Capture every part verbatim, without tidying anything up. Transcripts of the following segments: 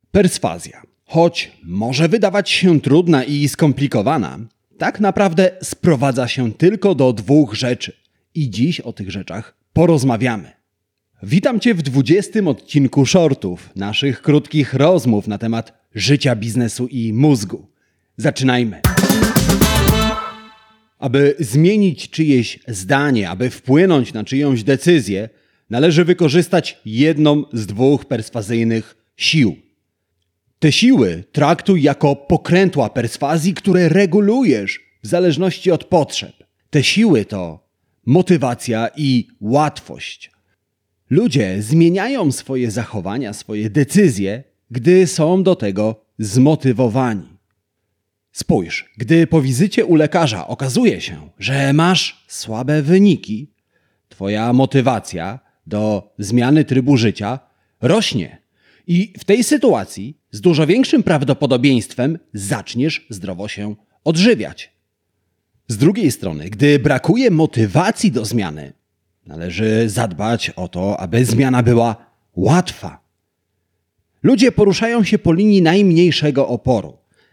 Perswazja, choć może wydawać się trudna i skomplikowana, tak naprawdę sprowadza się tylko do dwóch rzeczy. I dziś o tych rzeczach porozmawiamy. Witam Cię w dwudziestym odcinku Shortów, naszych krótkich rozmów na temat życia, biznesu i mózgu. Zaczynajmy. Aby zmienić czyjeś zdanie, aby wpłynąć na czyjąś decyzję, należy wykorzystać jedną z dwóch perswazyjnych sił. Te siły traktuj jako pokrętła perswazji, które regulujesz w zależności od potrzeb. Te siły to motywacja i łatwość. Ludzie zmieniają swoje zachowania, swoje decyzje, gdy są do tego zmotywowani. Spójrz, gdy po wizycie u lekarza okazuje się, że masz słabe wyniki, twoja motywacja do zmiany trybu życia rośnie. I w tej sytuacji z dużo większym prawdopodobieństwem zaczniesz zdrowo się odżywiać. Z drugiej strony, gdy brakuje motywacji do zmiany, należy zadbać o to, aby zmiana była łatwa. Ludzie poruszają się po linii najmniejszego oporu.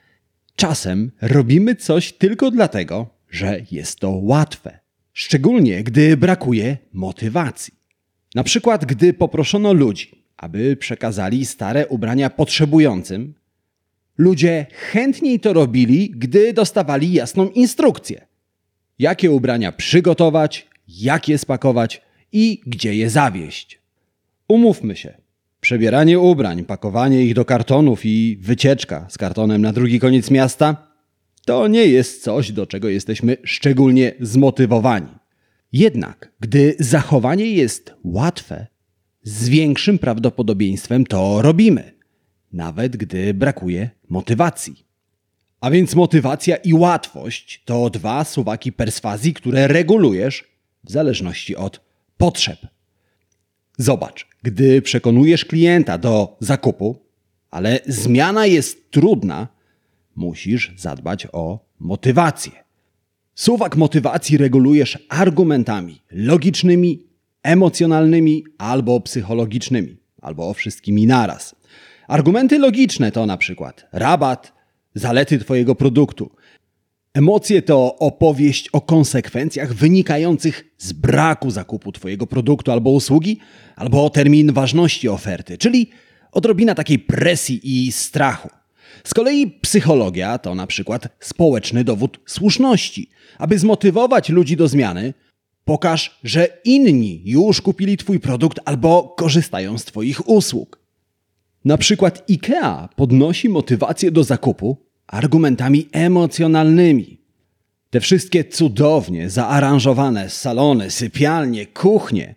Czasem robimy coś tylko dlatego, że jest to łatwe. Szczególnie, gdy brakuje motywacji. Na przykład, gdy poproszono ludzi, aby przekazali stare ubrania potrzebującym, ludzie chętniej to robili, gdy dostawali jasną instrukcję. Jakie ubrania przygotować, jak je spakować i gdzie je zawieźć. Umówmy się, przebieranie ubrań, pakowanie ich do kartonów i wycieczka z kartonem na drugi koniec miasta to nie jest coś, do czego jesteśmy szczególnie zmotywowani. Jednak, gdy zachowanie jest łatwe, z większym prawdopodobieństwem to robimy, nawet gdy brakuje motywacji. A więc motywacja i łatwość to dwa suwaki perswazji, które regulujesz w zależności od potrzeb. Zobacz, gdy przekonujesz klienta do zakupu, ale zmiana jest trudna, musisz zadbać o motywację. Suwak motywacji regulujesz argumentami logicznymi, emocjonalnymi albo psychologicznymi, albo wszystkimi naraz. Argumenty logiczne to na przykład rabat, zalety Twojego produktu. Emocje to opowieść o konsekwencjach wynikających z braku zakupu Twojego produktu albo usługi, albo o termin ważności oferty, czyli odrobina takiej presji i strachu. Z kolei psychologia to na przykład społeczny dowód słuszności. Aby zmotywować ludzi do zmiany, pokaż, że inni już kupili Twój produkt albo korzystają z Twoich usług. Na przykład IKEA podnosi motywację do zakupu argumentami emocjonalnymi. Te wszystkie cudownie zaaranżowane salony, sypialnie, kuchnie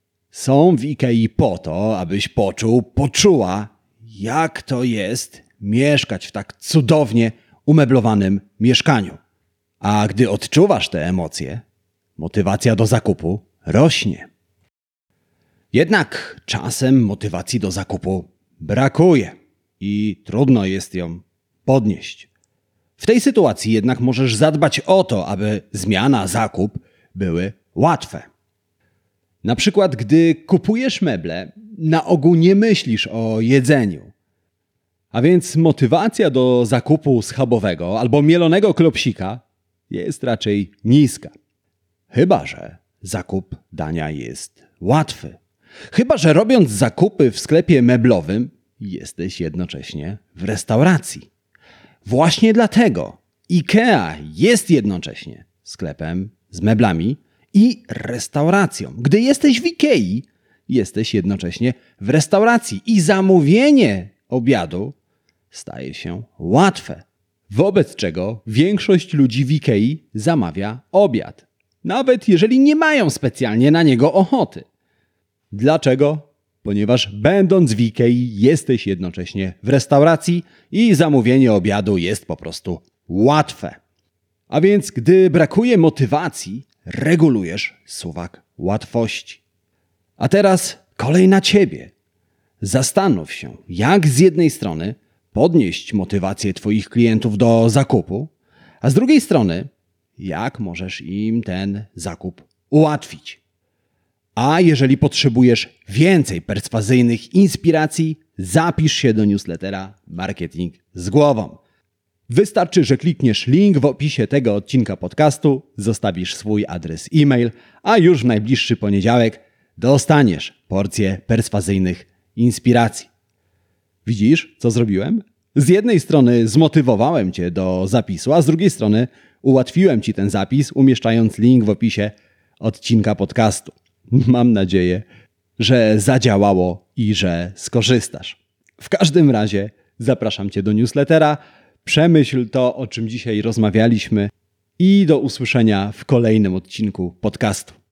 są w IKEA po to, abyś poczuł, poczuła, jak to jest mieszkać w tak cudownie umeblowanym mieszkaniu. A gdy odczuwasz te emocje, motywacja do zakupu rośnie. Jednak czasem motywacji do zakupu brakuje i trudno jest ją podnieść. W tej sytuacji jednak możesz zadbać o to, aby zmiana, zakup były łatwe. Na przykład, gdy kupujesz meble, na ogół nie myślisz o jedzeniu. A więc motywacja do zakupu schabowego albo mielonego klopsika jest raczej niska. Chyba że zakup dania jest łatwy. Chyba że robiąc zakupy w sklepie meblowym jesteś jednocześnie w restauracji. Właśnie dlatego IKEA jest jednocześnie sklepem z meblami i restauracją. Gdy jesteś w IKEA, jesteś jednocześnie w restauracji i zamówienie obiadu staje się łatwe. Wobec czego większość ludzi w IKEA zamawia obiad, nawet jeżeli nie mają specjalnie na niego ochoty. Dlaczego? Ponieważ będąc w IKEA jesteś jednocześnie w restauracji i zamówienie obiadu jest po prostu łatwe. A więc gdy brakuje motywacji, regulujesz suwak łatwości. A teraz kolej na Ciebie. Zastanów się, jak z jednej strony podnieść motywację Twoich klientów do zakupu, a z drugiej strony, jak możesz im ten zakup ułatwić. A jeżeli potrzebujesz więcej perswazyjnych inspiracji, zapisz się do newslettera Marketing z Głową. Wystarczy, że klikniesz link w opisie tego odcinka podcastu, zostawisz swój adres e-mail, a już w najbliższy poniedziałek dostaniesz porcję perswazyjnych inspiracji. Widzisz, co zrobiłem? Z jednej strony zmotywowałem Cię do zapisu, a z drugiej strony ułatwiłem Ci ten zapis, umieszczając link w opisie odcinka podcastu. Mam nadzieję, że zadziałało i że skorzystasz. W każdym razie zapraszam Cię do newslettera, przemyśl to, o czym dzisiaj rozmawialiśmy i do usłyszenia w kolejnym odcinku podcastu.